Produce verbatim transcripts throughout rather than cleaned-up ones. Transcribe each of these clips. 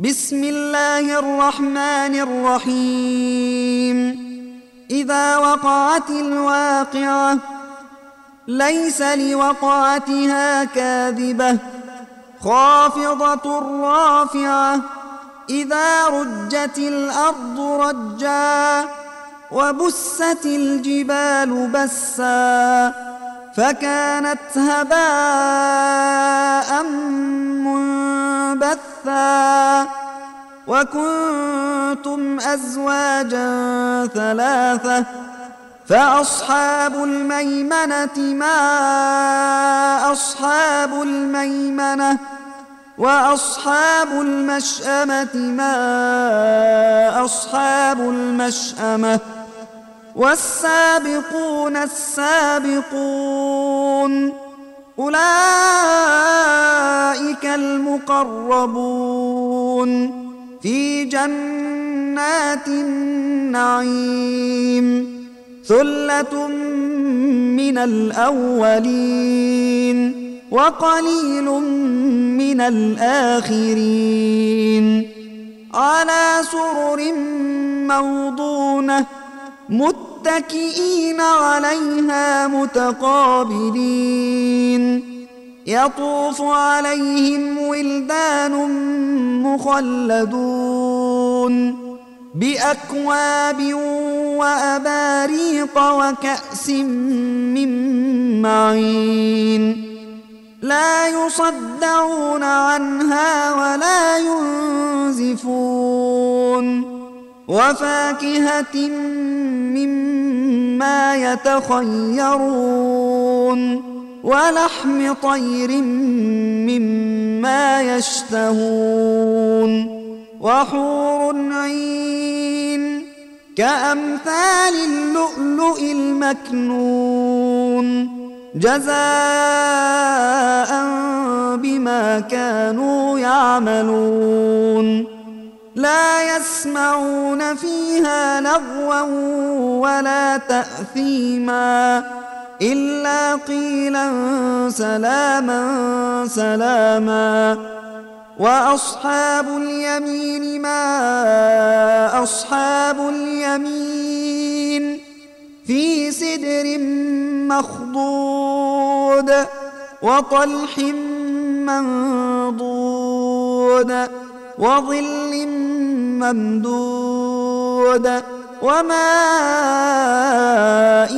بسم الله الرحمن الرحيم إذا وقعت الواقعة ليس لوقعتها كاذبة خافضة رافعة إذا رجت الأرض رجا وبست الجبال بسا فكانت هباء منبثا وكنتم أزواجا ثلاثة فأصحاب الميمنة ما أصحاب الميمنة وأصحاب المشأمة ما أصحاب المشأمة والسابقون السابقون أولئك المقربون في جنات النعيم ثلة من الأولين وقليل من الآخرين على سرر موضونة متكئين عليها متقابلين يطوف عليهم ولدان مخلدون بأكواب وأباريق وكأس من معين لا يصدعون عنها ولا ينزفون وفاكهة مما يتخيرون ولحم طير مما يشتهون وحور عين كأمثال اللؤلؤ المكنون جزاء بما كانوا يعملون لا يسمعون فيها لغوا ولا تأثيما إلا قيلا سلاما سلاما وأصحاب اليمين ما أصحاب اليمين في سدر مخضود وطلح منضود وظل ممدود وماء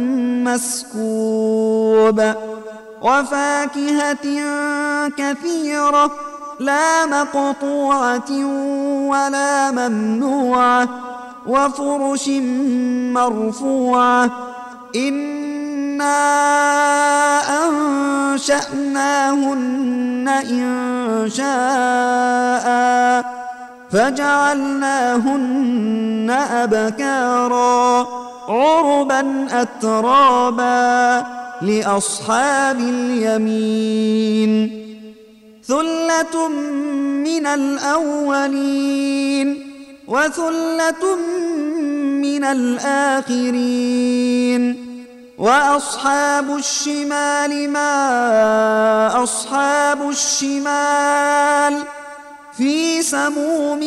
مسكوب وفاكهة كثيرة لا مقطوعة ولا ممنوعة وفرش مرفوعة إنا أنشأناهن إن شاء فجعلناهن أبكارا عربا أترابا لأصحاب اليمين ثلة من الأولين وثلة من الآخرين وأصحاب الشمال ما أصحاب الشمال في سموم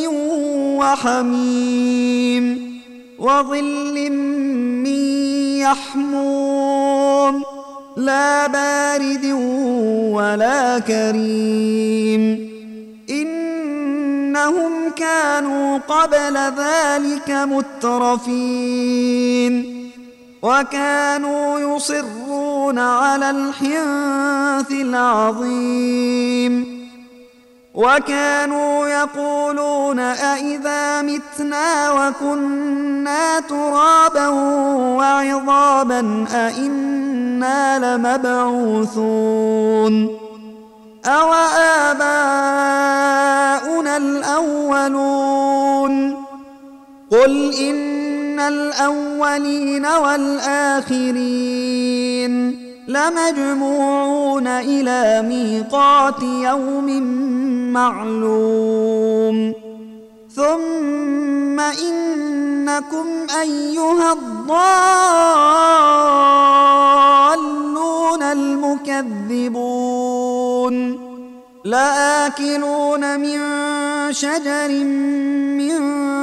وحميم وظل من يحموم لا بارد ولا كريم إنهم كانوا قبل ذلك مترفين وكانوا يصرون على الحنث العظيم وكانوا يقولون أئذا متنا وكنا ترابا وعظاما أئنا لمبعوثون أو آباؤنا الأولون قل إن الأولين والآخرين لمجموعون إلى ميقات يوم معلوم ثم إنكم أيها الضالون المكذبون لآكلون من شجر من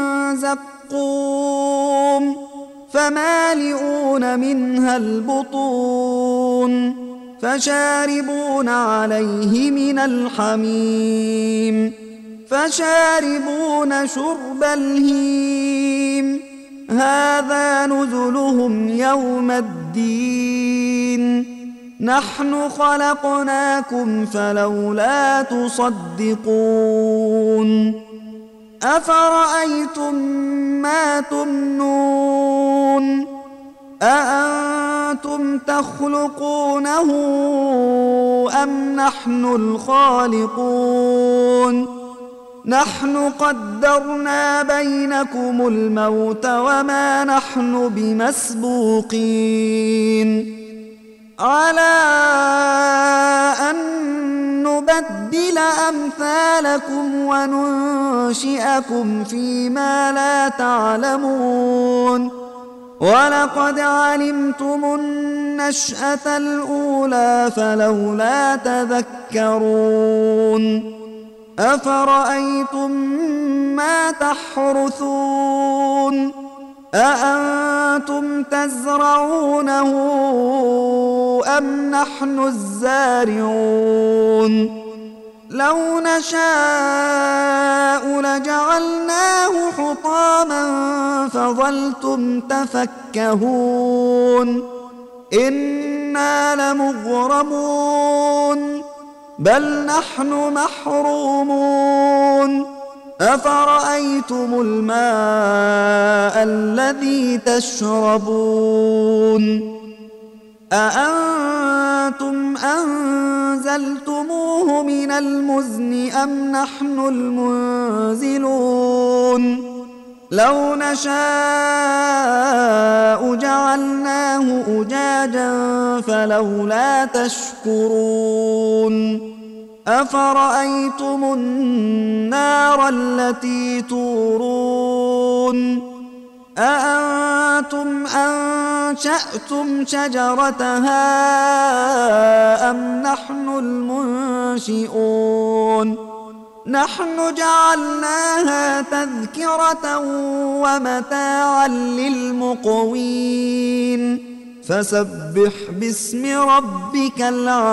زقوم فمالئون منها البطون فشاربون عليه من الحميم فشاربون شرب الهيم هذا نزلهم يوم الدين نحن خلقناكم فلولا تصدقون أفرأيتم ما تمنون أأنتم تخلقونه أم نحن الخالقون نحن قدرنا بينكم الموت وما نحن بمسبوقين على أن نبدل أمثالكم وننشئكم فيما لا تعلمون ولقد علمتم النشأة الأولى فلولا تذكرون أفرأيتم ما تحرثون أأنتم تزرعونه أم نحن الزارعون لو نشاء لجعلناه حطاما فظلتم تفكهون إنا لمغرمون بل نحن محرومون أفرأيتم الماء الذي تشربون أأنتم أنزلتموه من المزن أم نحن المنزلون لو نشاء جعلناه أجاجا فلولا تشكرون أفرأيتم النار التي تورون أأنتم أنشأتم شجرتها أم نحن المنشئون نحن جعلناها تذكرة ومتاعا للمقوين فسبح باسم ربك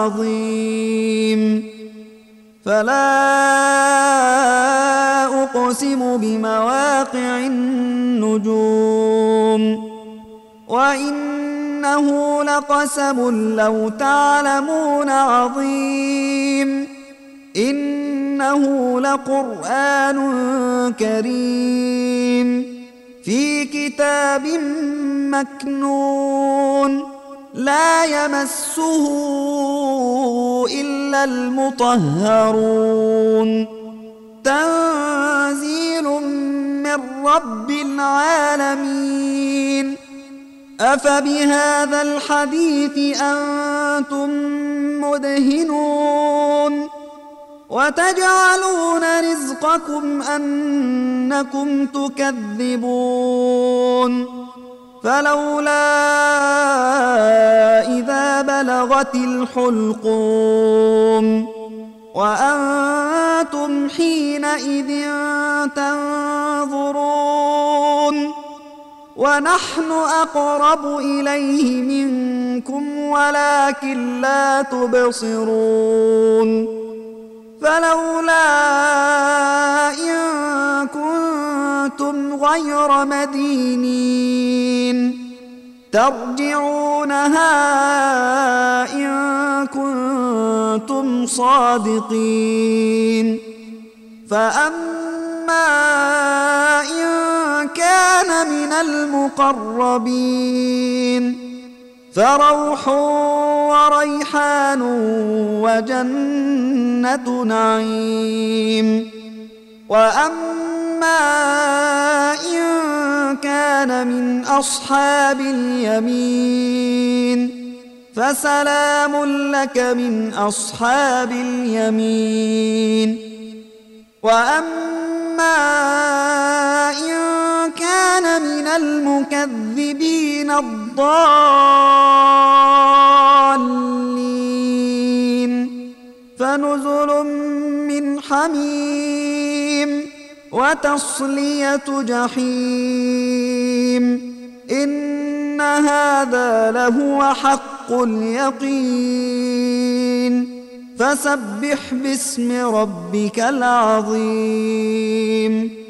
العظيم فلا أقسم بمواقع النجوم وإنه لقسم لو تعلمون عظيم إنه لقرآن كريم في كتاب مكنون لا يمسه إلا المطهرون تنزيل من رب العالمين أفبهذا الحديث أنتم مدهنون وتجعلون رزقكم أنكم تكذبون فلولا إذا بلغت الحلقوم وأنتم حينئذ تنظرون ونحن أقرب إليه منكم ولكن لا تبصرون فلولا إن كنتم غير مدينين ترجعونها إن كنتم صادقين فأما إن كان من المقربين فروح وريحان وجنة نعيم وأما إن كان من أصحاب اليمين فسلام لك من أصحاب اليمين وأما إن كان من المكذبين الضالين فنزل من حميم وتصلية جحيم إن هذا لهو حق اليقين فسبح باسم ربك العظيم